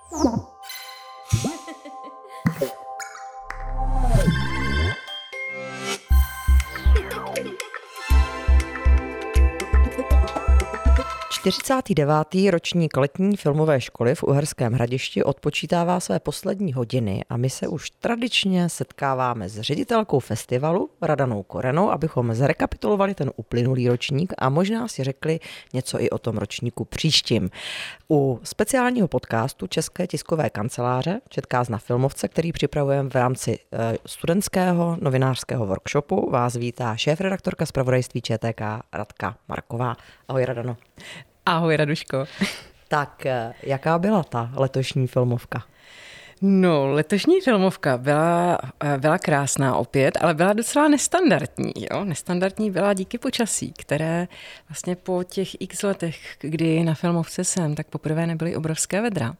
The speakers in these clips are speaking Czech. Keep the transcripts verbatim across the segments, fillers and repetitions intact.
čtyřicátý devátý ročník letní filmové školy v Uherském Hradišti odpočítává své poslední hodiny a my se už tradičně setkáváme s ředitelkou festivalu Radanou Korenou, abychom zrekapitulovali ten uplynulý ročník a možná si řekli něco i o tom ročníku příštím. U speciálního podcastu České tiskové kanceláře Četkáz na filmovce, který připravujeme v rámci studentského novinářského workshopu, vás vítá šéfredaktorka zpravodajství ČTK Radka Marková. Ahoj Radano. Ahoj Raduško. Tak jaká byla ta letošní filmovka? No, letošní filmovka byla, byla krásná opět, ale byla docela nestandardní. Jo? Nestandardní byla díky počasí, které vlastně po těch x letech, kdy na filmovce jsem, tak poprvé nebyly obrovské vedra.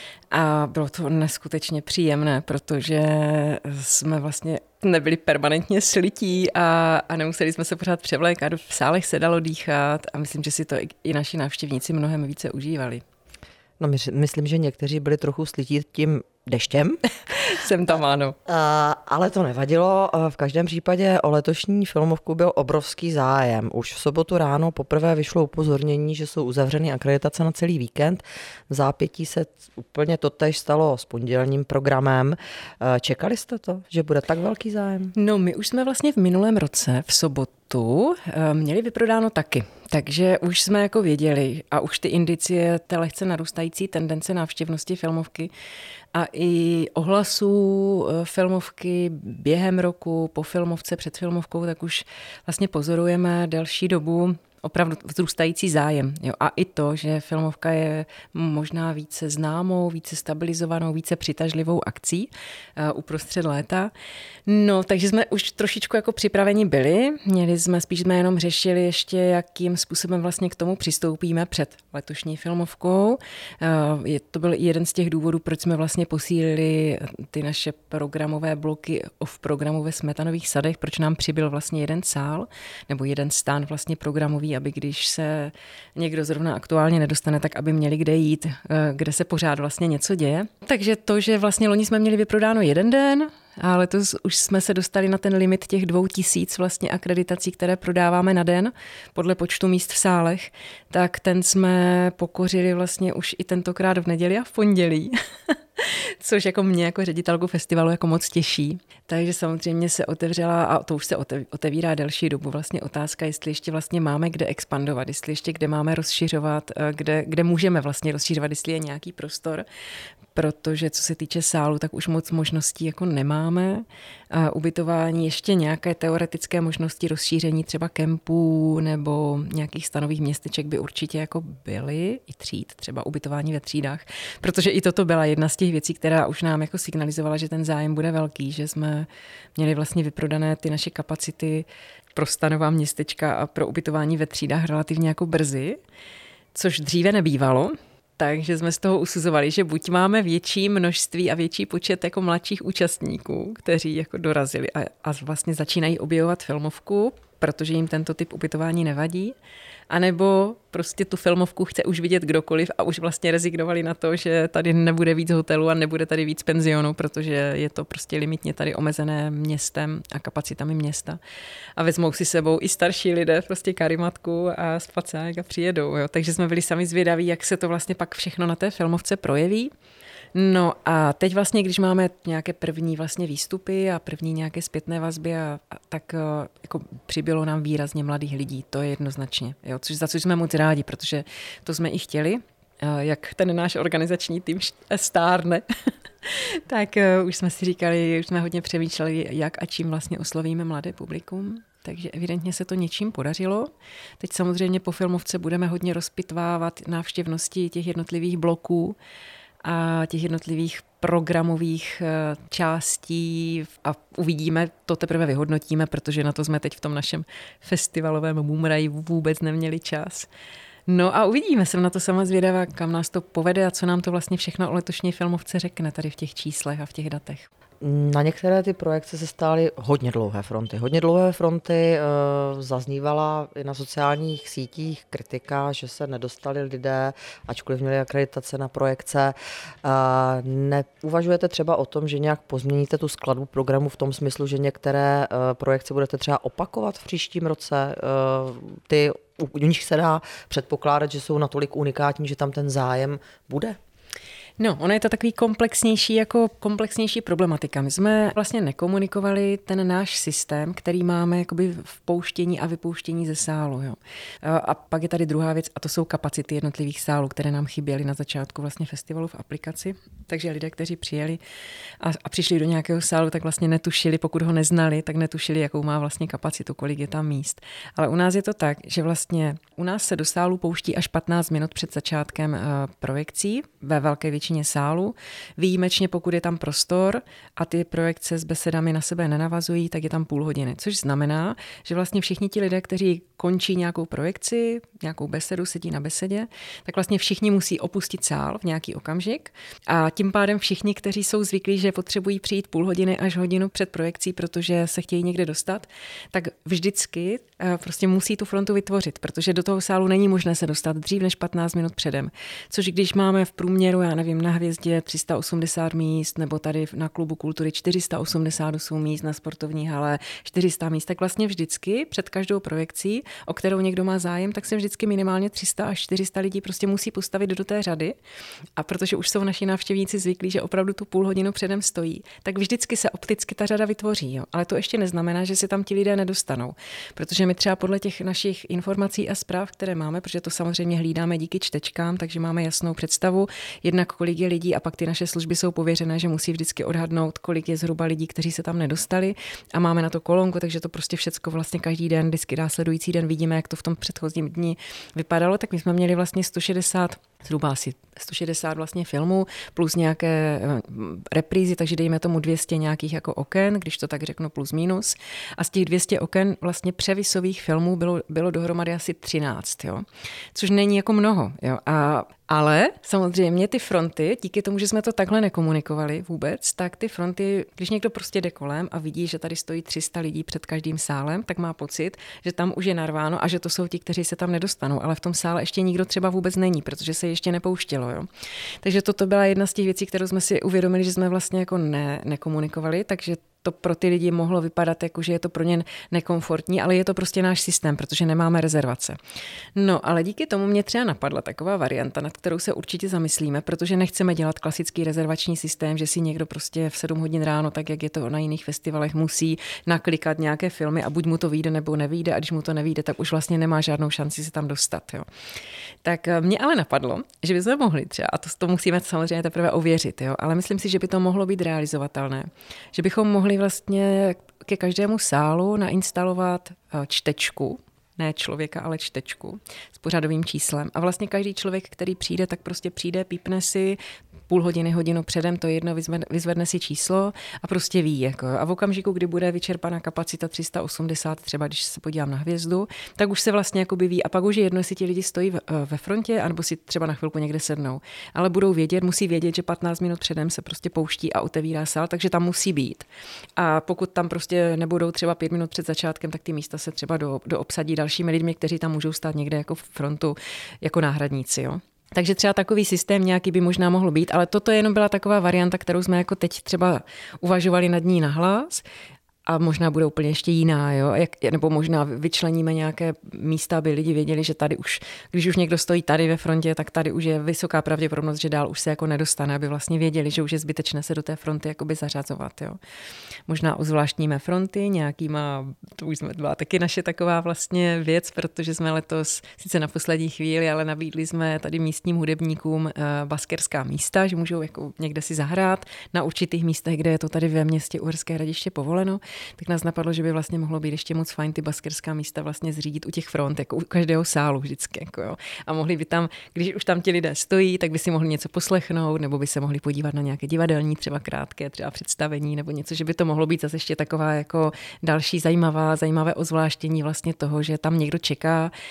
A bylo to neskutečně příjemné, protože jsme vlastně nebyli permanentně slití a, a nemuseli jsme se pořád převlékat. V sálech se dalo dýchat a myslím, že si to i, i naši návštěvníci mnohem více užívali. No, myslím, že někteří byli trochu slití tím deštěm. Jsem tam, ano. Ale to nevadilo. V každém případě o letošní filmovku byl obrovský zájem. Už v sobotu ráno poprvé vyšlo upozornění, že jsou uzavřeny akreditace na celý víkend. V zápětí se úplně totéž stalo s pondělním programem. Čekali jste to, že bude tak velký zájem? No, my už jsme vlastně v minulém roce v sobotu měli vyprodáno taky. Takže už jsme jako věděli a už ty indicie té lehce narůstající tendence návštěvnosti filmovky a i ohlasů filmovky během roku, po filmovce, před filmovkou, tak už vlastně pozorujeme delší dobu opravdu vzrůstající zájem. Jo. A i to, že filmovka je možná více známou, více stabilizovanou, více přitažlivou akcí uh, uprostřed léta. No, takže jsme už trošičku jako připraveni byli. Měli jsme, spíš jsme jenom řešili ještě, jakým způsobem vlastně k tomu přistoupíme před letošní filmovkou. Uh, je, to byl jeden z těch důvodů, proč jsme vlastně posílili ty naše programové bloky off programu ve Smetanových sadech, proč nám přibyl vlastně jeden sál, nebo jeden stán vlastně programový, aby když se někdo zrovna aktuálně nedostane, tak aby měli kde jít, kde se pořád vlastně něco děje. Takže to, že vlastně loni jsme měli vyprodáno jeden den, a letos už jsme se dostali na ten limit těch dvou tisíc vlastně akreditací, které prodáváme na den podle počtu míst v sálech, tak ten jsme pokořili vlastně už i tentokrát v neděli a v pondělí. Což jako mě jako ředitelku festivalu jako moc těší. Takže samozřejmě se otevřela, a to už se otevírá delší dobu, vlastně otázka, jestli ještě vlastně máme kde expandovat, jestli ještě kde máme rozšiřovat, kde, kde můžeme vlastně rozšiřovat, jestli je nějaký prostor, protože co se týče sálu, tak už moc možností jako nemáme. A ubytování ještě nějaké teoretické možnosti rozšíření třeba kempů nebo nějakých stanových městeček by určitě jako byly, i tříd, třeba ubytování ve třídách, protože i toto byla jedna z těch věcí, která už nám jako signalizovala, že ten zájem bude velký, že jsme měli vlastně vyprodané ty naše kapacity pro stanová městečka a pro ubytování ve třídách relativně jako brzy, což dříve nebývalo. Takže jsme z toho usuzovali, že buď máme větší množství a větší počet jako mladších účastníků, kteří jako dorazili a, a vlastně začínají objevovat filmovku, protože jim tento typ ubytování nevadí, anebo prostě tu filmovku chce už vidět kdokoliv a už vlastně rezignovali na to, že tady nebude víc hotelů a nebude tady víc penzionů, protože je to prostě limitně tady omezené městem a kapacitami města. A vezmou si sebou i starší lidé, prostě karimatku a spacák a přijedou. Jo. Takže jsme byli sami zvědaví, jak se to vlastně pak všechno na té filmovce projeví. No a teď vlastně, když máme nějaké první vlastně výstupy a první nějaké zpětné vazby, a, a tak jako přibylo nám výrazně mladých lidí, to je jednoznačně. Jo, což, za což jsme moc rádi, protože to jsme i chtěli, jak ten náš organizační tým stárne, tak už jsme si říkali, už jsme hodně přemýšleli, jak a čím vlastně oslovíme mladé publikum. Takže evidentně se to něčím podařilo. Teď samozřejmě po filmovce budeme hodně rozpitvávat návštěvnosti těch jednotlivých bloků a těch jednotlivých programových částí a uvidíme, to teprve vyhodnotíme, protože na to jsme teď v tom našem festivalovém mumraji vůbec neměli čas. No a uvidíme, jsem na to sama zvědavá, kam nás to povede a co nám to vlastně všechno o letošní filmovce řekne tady v těch číslech a v těch datech. na některé ty projekce se stály hodně dlouhé fronty. Hodně dlouhé fronty, zaznívala i na sociálních sítích kritika, že se nedostali lidé, ačkoliv měli akreditace na projekce. Neuvažujete třeba o tom, že nějak pozměníte tu skladbu programu v tom smyslu, že některé projekce budete třeba opakovat v příštím roce? Ty, u nich se dá předpokládat, že jsou natolik unikátní, že tam ten zájem bude? No, ono je to takový komplexnější, jako komplexnější problematika. My jsme vlastně nekomunikovali ten náš systém, který máme jakoby v pouštění a vypouštění ze sálu. Jo. A pak je tady druhá věc, a to jsou kapacity jednotlivých sálů, které nám chyběly na začátku vlastně festivalu v aplikaci. Takže lidé, kteří přijeli a, a přišli do nějakého sálu, tak vlastně netušili, pokud ho neznali, tak netušili, jakou má vlastně kapacitu, kolik je tam míst. Ale u nás je to tak, že vlastně u nás se do sálu pouští až patnáct minut před začátkem uh, projekcí ve velké většině sálu. Výjimečně, pokud je tam prostor a ty projekce s besedami na sebe nenavazují, tak je tam půl hodiny. Což znamená, že vlastně všichni ti lidé, kteří končí nějakou projekci, nějakou besedu, sedí na besedě, tak vlastně všichni musí opustit sál v nějaký okamžik a tím pádem všichni, kteří jsou zvyklí, že potřebují přijít půl hodiny až hodinu před projekcí, protože se chtějí někde dostat, tak vždycky prostě musí tu frontu vytvořit, protože do toho sálu není možné se dostat dřív než patnáct minut předem. Což když máme v průměru, já nevím, na Hvězdě tři sta osmdesát míst, nebo tady na Klubu kultury čtyři sta osmdesát osm míst, na sportovní hale čtyři sta míst, tak vlastně vždycky před každou projekcí, o kterou někdo má zájem, tak se vždycky minimálně tři sta až čtyři sta lidí prostě musí postavit do té řady. A protože už jsou naši návštěvníci zvyklí, že opravdu tu půl hodinu předem stojí, tak vždycky se opticky ta řada vytvoří. Jo. Ale to ještě neznamená, že se tam ti lidé nedostanou. Protože my třeba podle těch našich informací a zpráv, které máme, protože to samozřejmě hlídáme díky čtečkám, takže máme jasnou představu, jednak kolik je lidí a pak ty naše služby jsou pověřené, že musí vždycky odhadnout, kolik je zhruba lidí, kteří se tam nedostali a máme na to kolonku, takže to prostě všecko vlastně každý den, vždycky následující den vidíme, jak to v tom předchozím dni vypadalo, tak my jsme měli vlastně sto šedesát, zhruba asi sto šedesát vlastně filmů plus nějaké reprízy, takže dejme tomu dvě stě nějakých jako oken, když to tak řeknu plus minus. A z těch dvě stě oken vlastně převisových filmů bylo, bylo dohromady asi třináct, jo. Což není jako mnoho, jo. A ale samozřejmě ty fronty, díky tomu, že jsme to takhle nekomunikovali vůbec, tak ty fronty, když někdo prostě jde kolem a vidí, že tady stojí tři sta lidí před každým sálem, tak má pocit, že tam už je narváno a že to jsou ti, kteří se tam nedostanou, ale v tom sále ještě nikdo třeba vůbec není, protože se ještě nepouštělo. Jo. Takže toto byla jedna z těch věcí, kterou jsme si uvědomili, že jsme vlastně jako ne, nekomunikovali, takže to pro ty lidi mohlo vypadat jako, že je to pro ně nekomfortní, ale je to prostě náš systém, protože nemáme rezervace. No, ale díky tomu mě třeba napadla taková varianta, nad kterou se určitě zamyslíme, protože nechceme dělat klasický rezervační systém, že si někdo prostě v sedm hodin ráno, tak jak je to na jiných festivalech, musí naklikat nějaké filmy a buď mu to vyjde nebo nevyjde a když mu to nevyjde, tak už vlastně nemá žádnou šanci se tam dostat. Jo. Tak mě ale napadlo, že bychom mohli třeba, a to, to musíme samozřejmě teprve ověřit, jo, ale myslím si, že by to mohlo být realizovatelné, že bychom mohli vlastně ke každému sálu nainstalovat čtečku, ne člověka, ale čtečku s pořadovým číslem. A vlastně každý člověk, který přijde, tak prostě přijde, pípne si půl hodiny, hodinu předem, to jedno, vyzvedne si číslo a prostě ví. Jako. A v okamžiku, kdy bude vyčerpaná kapacita tři sta osmdesát, třeba když se podívám na Hvězdu, tak už se vlastně jakoby ví. A pak už je jedno, jestli ti lidi stojí ve frontě, anebo si třeba na chvilku někde sednou. Ale budou vědět, musí vědět, že patnáct minut předem se prostě pouští a otevírá sál, takže tam musí být. A pokud tam prostě nebudou třeba pět minut před začátkem, tak ty místa se třeba do, do obsadí dalšími lidmi, kteří tam můžou stát někde jako v frontu, jako náhradníci. Jo? Takže třeba takový systém nějaký by možná mohl být, ale toto jenom byla taková varianta, kterou jsme jako teď třeba uvažovali nad ní nahlas. A možná bude úplně ještě jiná, jo? Jak, nebo možná vyčleníme nějaké místa, aby lidi věděli, že tady už, když už někdo stojí tady ve frontě, tak tady už je vysoká pravděpodobnost, že dál už se jako nedostane, aby vlastně věděli, že už je zbytečné se do té fronty jakoby zařazovat. Jo? Možná uzvláštníme fronty nějakýma, to už jsme byla taky naše taková vlastně věc, protože jsme letos, sice na poslední chvíli, ale nabídli jsme tady místním hudebníkům uh, baskerská místa, že můžou jako někde si zahrát na určitých místech, kde je to tady ve městě Uherské Hradiště povoleno. Tak nás napadlo, že by vlastně mohlo být ještě moc fajn ty baskerská místa vlastně zřídit u těch front, jako u každého sálu vždycky. Jako jo. A mohli by tam, když už tam ti lidé stojí, tak by si mohli něco poslechnout, nebo by se mohli podívat na nějaké divadelní, třeba krátké, třeba představení, nebo něco, že by to mohlo být zase ještě taková jako další zajímavá, zajímavé ozvláštění vlastně toho, že tam někdo čeká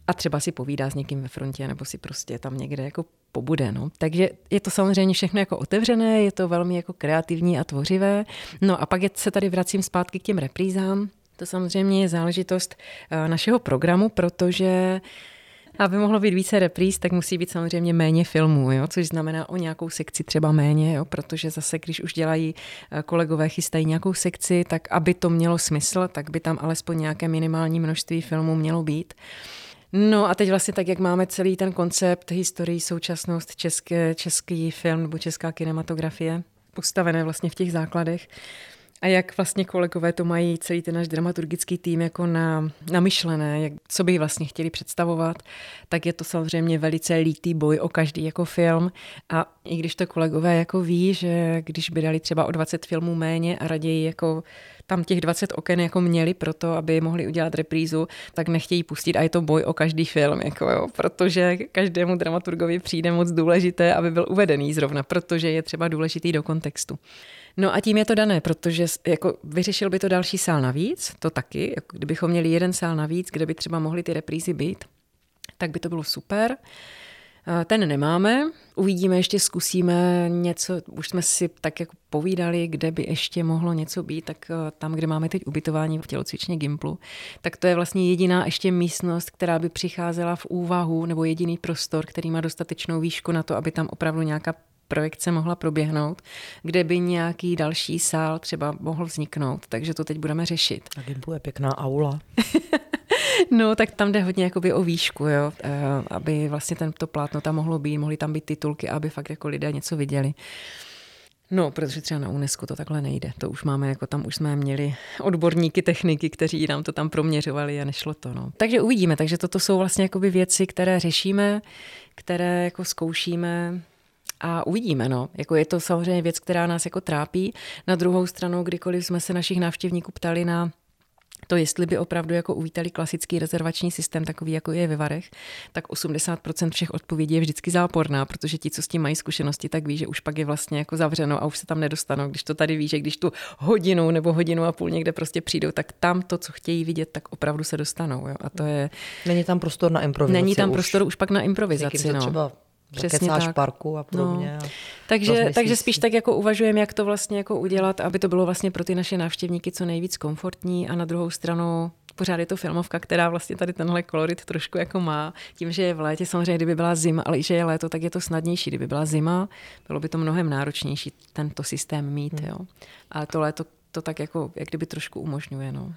a třeba si povídá s někým ve frontě nebo si prostě tam někde jako pobude. No. Takže je to samozřejmě všechno jako otevřené, je to velmi jako kreativní a tvořivé. No a pak se tady vracím zpátky k těm reprízám. To samozřejmě je záležitost našeho programu, protože aby mohlo být více repríz, tak musí být samozřejmě méně filmů, jo? Což znamená o nějakou sekci třeba méně, jo? Protože zase, když už dělají kolegové, chystají nějakou sekci, tak aby to mělo smysl, tak by tam alespoň nějaké minimální množství filmů mělo být. No a teď vlastně tak, jak máme celý ten koncept, historii, současnost, české, český film nebo česká kinematografie, postavené vlastně v těch základech, a jak vlastně kolegové to mají celý ten náš dramaturgický tým jako na, namyšlené, jak, co by vlastně chtěli představovat, tak je to samozřejmě velice lítý boj o každý jako film. A i když to kolegové jako ví, že když by dali třeba o dvacet filmů méně a raději jako tam těch dvacet oken jako měli pro to, aby mohli udělat reprízu, tak nechtějí pustit a je to boj o každý film, jako jo, protože každému dramaturgovi přijde moc důležité, aby byl uvedený zrovna, protože je třeba důležitý do kontextu. No a tím je to dané, protože jako vyřešil by to další sál navíc, to taky, jako kdybychom měli jeden sál navíc, kde by třeba mohly ty reprízy být, tak by to bylo super. Ten nemáme, uvidíme, ještě zkusíme něco, už jsme si tak jako povídali, kde by ještě mohlo něco být, tak tam, kde máme teď ubytování v tělocvičně Gimplu, tak to je vlastně jediná ještě místnost, která by přicházela v úvahu, nebo jediný prostor, který má dostatečnou výšku na to, aby tam opravdu nějaká projekce mohla proběhnout, kde by nějaký další sál třeba mohl vzniknout, takže to teď budeme řešit. A Gimplu je pěkná aula. No, tak tam jde hodně jakoby o výšku, jo, aby vlastně tento plátno tam mohlo být, mohly tam být titulky, aby fakt jako lidé něco viděli. No, protože třeba na UNESCO to takhle nejde. To už máme, jako tam už jsme měli odborníky techniky, kteří nám to tam proměřovali a nešlo to, no. Takže uvidíme, takže toto jsou vlastně jakoby věci, které řešíme, které jako zkoušíme a uvidíme, no. Jako je to samozřejmě věc, která nás jako trápí. Na druhou stranu, kdykoliv jsme se našich návštěvníků ptali na to, jestli by opravdu jako uvítali klasický rezervační systém, takový jako je ve Varech, tak osmdesát procent všech odpovědí je vždycky záporná, protože ti, co s tím mají zkušenosti, tak ví, že už pak je vlastně jako zavřeno a už se tam nedostanou. Když to tady ví, že když tu hodinu nebo hodinu a půl někde prostě přijdou, tak tam to, co chtějí vidět, tak opravdu se dostanou. Jo? A to je... Není tam prostor na improvizaci. Není tam už. prostor už pak na improvizaci. No. Třeba přesně tak. Parku a podobně. No. Takže, takže spíš tak jako uvažujeme, jak to vlastně jako udělat, aby to bylo vlastně pro ty naše návštěvníky co nejvíc komfortní a na druhou stranu pořád je to filmovka, která vlastně tady tenhle kolorit trošku jako má. Tím, že je v létě, samozřejmě, kdyby byla zima, ale i že je léto, tak je to snadnější. Kdyby byla zima, bylo by to mnohem náročnější tento systém mít. Hmm. Jo. Ale to léto to tak jako, jak kdyby trošku umožňuje. No.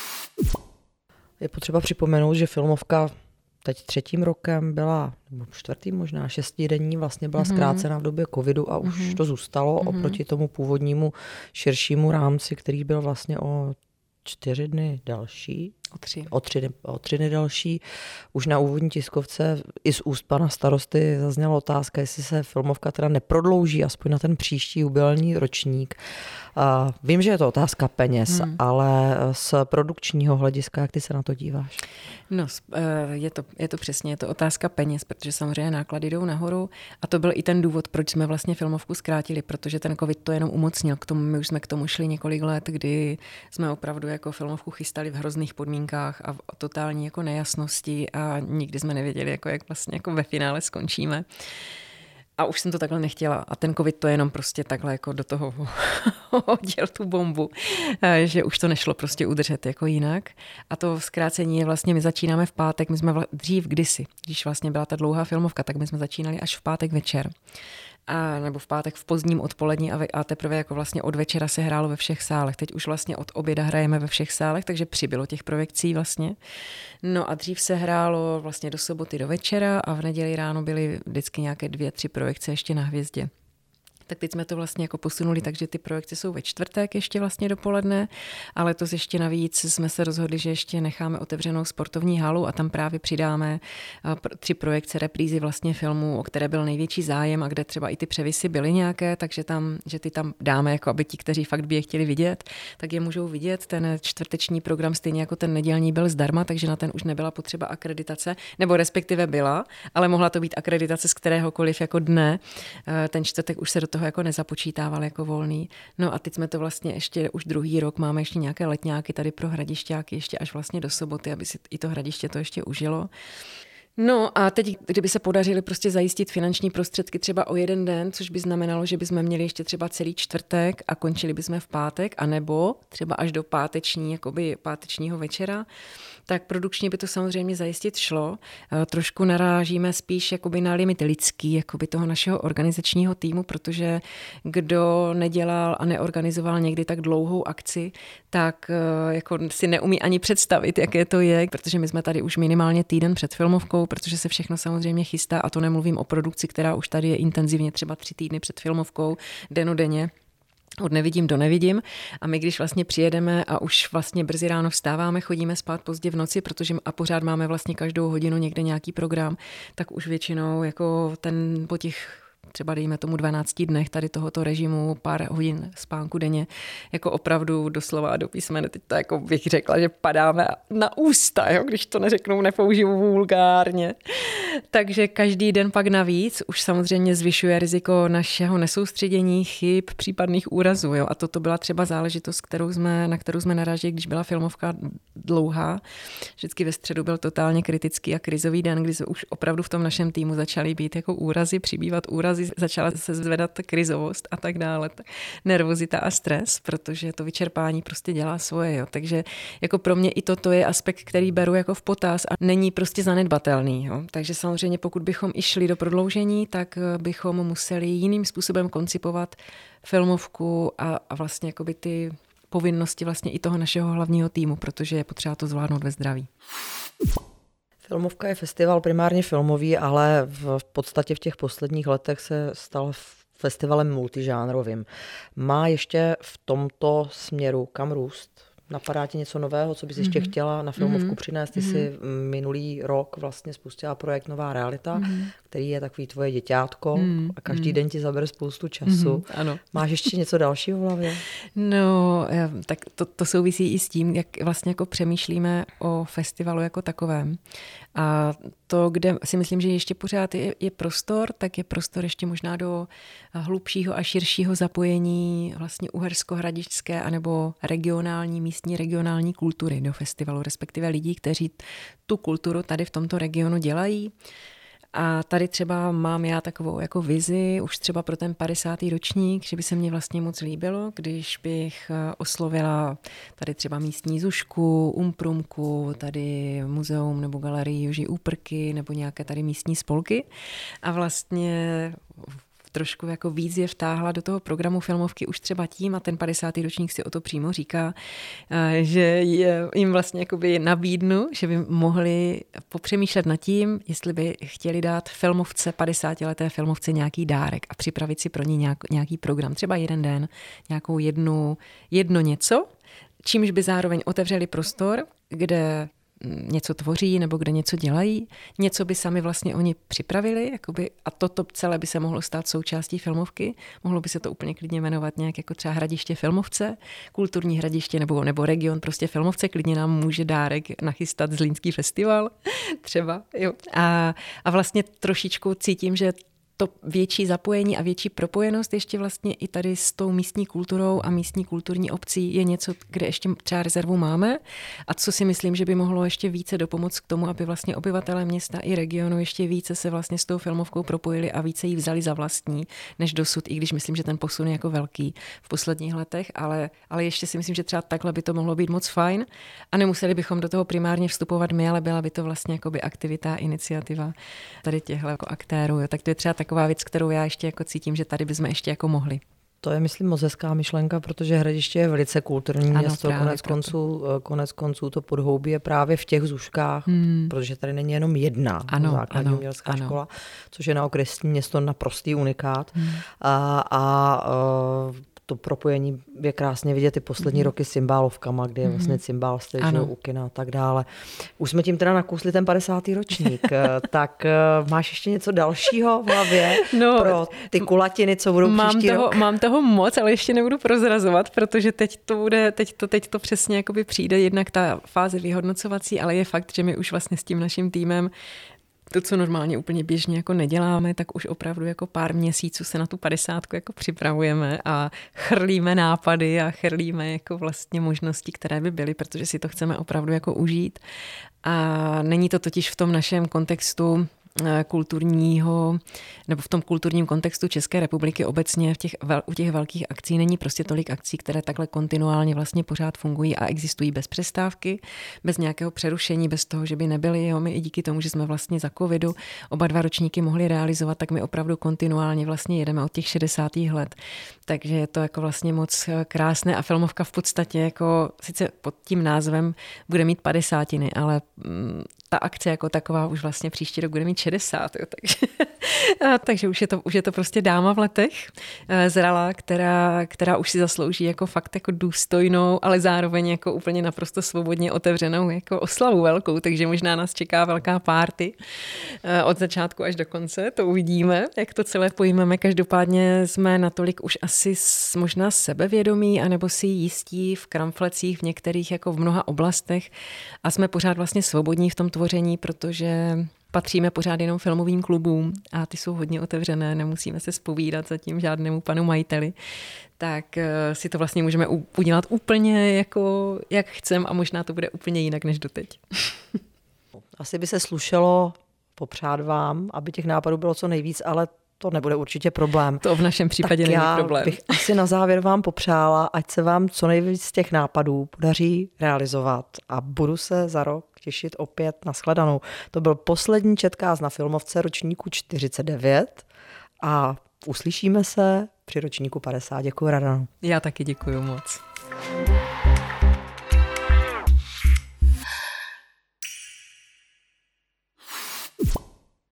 Je potřeba připomenout, že filmovka teď třetím rokem byla, nebo čtvrtým možná, šestidenní, vlastně byla mm-hmm. zkrácena v době covidu a už mm-hmm. to zůstalo mm-hmm. oproti tomu původnímu širšímu rámci, který byl vlastně o čtyři dny další. O tři. O tři, dny, o tři dny další. Už na úvodní tiskovce i z úst pana starosty zazněla otázka, jestli se filmovka teda neprodlouží aspoň na ten příští jubilejní ročník. Uh, vím, že je to otázka peněz, hmm. ale z produkčního hlediska, jak ty se na to díváš? No, je to, je to přesně, je to otázka peněz, protože samozřejmě náklady jdou nahoru a to byl i ten důvod, proč jsme vlastně filmovku zkrátili, protože ten covid to jenom umocnil. K tomu, my už jsme k tomu šli několik let, kdy jsme opravdu jako filmovku chystali v hrozných podmínkách a v totální jako nejasnosti a nikdy jsme nevěděli, jako jak vlastně jako ve finále skončíme. A už jsem to takhle nechtěla. A ten covid to jenom prostě takhle jako do toho hodil tu bombu, že už to nešlo prostě udržet jako jinak. A to zkrácení je vlastně, my začínáme v pátek, my jsme vla, dřív kdysi, když vlastně byla ta dlouhá filmovka, tak my jsme začínali až v pátek večer. A, nebo v pátek v pozdním odpolední a, a teprve jako vlastně od večera se hrálo ve všech sálech. Teď už vlastně od oběda hrajeme ve všech sálech, takže přibylo těch projekcí vlastně. No a dřív se hrálo vlastně do soboty do večera a v neděli ráno byly vždycky nějaké dvě, tři projekce ještě na Hvězdě. Tak teď jsme to vlastně jako posunuli, takže ty projekce jsou ve čtvrtek ještě vlastně dopoledne, ale to ještě navíc jsme se rozhodli, že ještě necháme otevřenou sportovní halu a tam právě přidáme tři projekce reprízy vlastně filmů, o které byl největší zájem a kde třeba i ty převisy byly nějaké, takže tam, že ty tam dáme, jako aby ti, kteří fakt by je chtěli vidět, tak je můžou vidět. Ten čtvrteční program stejně jako ten nedělní byl zdarma, takže na ten už nebyla potřeba akreditace, nebo respektive byla, ale mohla to být akreditace z kteréhokoliv jako dne. Ten čtvrtek už se do toho toho jako nezapočítával jako volný. No a teď jsme to vlastně ještě už druhý rok, máme ještě nějaké letňáky tady pro hradišťáky ještě až vlastně do soboty, aby si i to hradiště to ještě užilo. No a teď, kdyby se podařili prostě zajistit finanční prostředky třeba o jeden den, což by znamenalo, že bychom měli ještě třeba celý čtvrtek a končili bychom v pátek, anebo třeba až do páteční, jakoby pátečního večera, tak produkčně by to samozřejmě zajistit šlo. Trošku narážíme spíš jakoby na limit lidský, jakoby toho našeho organizačního týmu, protože kdo nedělal a neorganizoval někdy tak dlouhou akci, tak jako si neumí ani představit, jaké to je, protože my jsme tady už minimálně týden před filmovkou, protože se všechno samozřejmě chystá a to nemluvím o produkci, která už tady je intenzivně třeba tři týdny před filmovkou, denodenně. Od nevidím do nevidím a my když vlastně přijedeme a už vlastně brzy ráno vstáváme, chodíme spát pozdě v noci, protože a pořád máme vlastně každou hodinu někde nějaký program, tak už většinou jako ten po těch třeba dejme tomu dvanácti dnech tady tohoto režimu, pár hodin spánku denně, jako opravdu doslova do písmene, teď to jako bych řekla, že padáme na ústa, jo, když to neřeknu, nepoužiju vulgárně. Takže každý den pak navíc už samozřejmě zvyšuje riziko našeho nesoustředění, chyb, případných úrazů. Jo. A toto byla třeba záležitost, kterou jsme, na kterou jsme naráželi, když byla filmovka dlouhá. Vždycky ve středu byl totálně kritický a krizový den, kdy jsme už opravdu v tom našem týmu začaly být jako úrazy, přibývat úrazy, začala se zvedat krizovost a tak dále, nervozita a stres, protože to vyčerpání prostě dělá svoje. Jo. Takže jako pro mě i toto je aspekt, který beru jako v potaz a není prostě zanedbatelný. Jo. Takže samozřejmě pokud bychom i šli do prodloužení, tak bychom museli jiným způsobem koncipovat filmovku a, a vlastně jakoby ty povinnosti vlastně i toho našeho hlavního týmu, protože je potřeba to zvládnout ve zdraví. Filmovka je festival primárně filmový, ale v podstatě v těch posledních letech se stal festivalem multižánrovým. Má ještě v tomto směru kam růst? Napadá ti něco nového, co bys mm-hmm. ještě chtěla na filmovku mm-hmm. přinést? Ty mm-hmm. jsi minulý rok vlastně spustila projekt Nová realita, mm-hmm. který je takový tvoje děťátko mm-hmm. a každý den ti zabere spoustu času. Mm-hmm. Ano. Máš ještě něco dalšího v hlavě? No, tak to, to souvisí i s tím, jak vlastně jako přemýšlíme o festivalu jako takovém. A to, kde si myslím, že ještě pořád je, je prostor, tak je prostor ještě možná do hlubšího a širšího zapojení vlastně uhersko-hradišťské anebo regionální, místní regionální kultury do festivalu, respektive lidí, kteří tu kulturu tady v tomto regionu dělají. A tady třeba mám já takovou jako vizi, už třeba pro ten padesátý ročník, že by se mně vlastně moc líbilo, když bych oslovila tady třeba místní Zušku, Umprumku, tady muzeum nebo galerii Joží Úprky nebo nějaké tady místní spolky a vlastně trošku jako víc je vtáhla do toho programu filmovky už třeba tím, a ten padesátý ročník si o to přímo říká, že je, jim vlastně jakoby nabídnu, že by mohli popřemýšlet nad tím, jestli by chtěli dát filmovce, padesátileté filmovce nějaký dárek a připravit si pro ní nějak, nějaký program, třeba jeden den, nějakou jednu, jedno něco, čímž by zároveň otevřeli prostor, kde něco tvoří nebo kde něco dělají, něco by sami vlastně oni připravili jakoby, a toto celé by se mohlo stát součástí filmovky. Mohlo by se to úplně klidně jmenovat nějak jako třeba Hradiště filmovce, kulturní hradiště nebo, nebo region prostě filmovce, klidně nám může dárek nachystat Zlínský festival třeba. Jo. A, a vlastně trošičku cítím, že to větší zapojení a větší propojenost ještě vlastně i tady s tou místní kulturou a místní kulturní obcí je něco, kde ještě třeba rezervu máme a co si myslím, že by mohlo ještě více dopomoct k tomu, aby vlastně obyvatelé města i regionu ještě více se vlastně s tou filmovkou propojili a více ji vzali za vlastní než dosud, i když myslím, že ten posun je jako velký v posledních letech, ale, ale ještě si myslím, že třeba takhle by to mohlo být moc fajn a nemuseli bychom do toho primárně vstupovat my, ale byla by to vlastně jakoby aktivita, iniciativa tady těchto jako aktérů. Jo. Tak to je třeba taková věc, kterou já ještě jako cítím, že tady bychom ještě jako mohli. To je, myslím, moc hezká myšlenka, protože Hradiště je velice kulturní ano, město, konec konců, konec konců to podhoubí je právě v těch Zuškách, hmm. protože tady není jenom jedna ano, základní ano, umělecká ano. škola, což je na okresní město naprostý unikát. Hmm. A, a to propojení je krásně vidět i poslední mm. roky s cymbálovkama, kde je vlastně cymbál stage u kina a tak dále. Už jsme tím teda nakousli ten padesátý ročník. Tak máš ještě něco dalšího v hlavě no, pro ty kulatiny, co budou mám příští toho, rok? Mám toho moc, ale ještě nebudu prozrazovat, protože teď to bude, teď to, teď to přesně jakoby přijde jednak ta fáze vyhodnocovací, ale je fakt, že my už vlastně s tím naším týmem to, co normálně úplně běžně jako neděláme, tak už opravdu jako pár měsíců se na tu padesátku jako připravujeme a chrlíme nápady a chrlíme jako vlastně možnosti, které by byly, protože si to chceme opravdu jako užít. A není to totiž v tom našem kontextu kulturního, nebo v tom kulturním kontextu České republiky obecně v těch, u těch velkých akcí není prostě tolik akcí, které takhle kontinuálně vlastně pořád fungují a existují bez přestávky, bez nějakého přerušení, bez toho, že by nebyly. Jo, my i díky tomu, že jsme vlastně za covidu oba dva ročníky mohli realizovat, tak my opravdu kontinuálně vlastně jedeme od těch šedesátých let. Takže je to jako vlastně moc krásné a filmovka v podstatě jako sice pod tím názvem bude mít padesátiny, ale mm, ta akce jako taková už vlastně příští rok bude mít šedesát, jo, takže, a, takže už, je to, už je to prostě dáma v letech zralá, která, která už si zaslouží jako fakt jako důstojnou, ale zároveň jako úplně naprosto svobodně otevřenou jako oslavu velkou, takže možná nás čeká velká party od začátku až do konce, to uvidíme, jak to celé pojmeme. Každopádně jsme natolik už asi možná sebevědomí, anebo si jistí v kramflecích v některých jako v mnoha oblastech a jsme pořád vlastně svobodní v tom tvoření, protože patříme pořád jenom filmovým klubům a ty jsou hodně otevřené, nemusíme se zpovídat zatím žádnému panu majiteli, tak si to vlastně můžeme udělat úplně jako jak chcem a možná to bude úplně jinak než doteď. Asi by se slušelo popřát vám, aby těch nápadů bylo co nejvíc, ale to nebude určitě problém. To v našem případě tak není problém. Já bych asi na závěr vám popřála, ať se vám co nejvíc z těch nápadů podaří realizovat a budu se za rok těšit opět na shledanou. To byl poslední Četkaz na Filmovce ročníku čtyřicet devět a uslyšíme se při ročníku padesát. Děkuji, Radano. Já taky děkuji moc.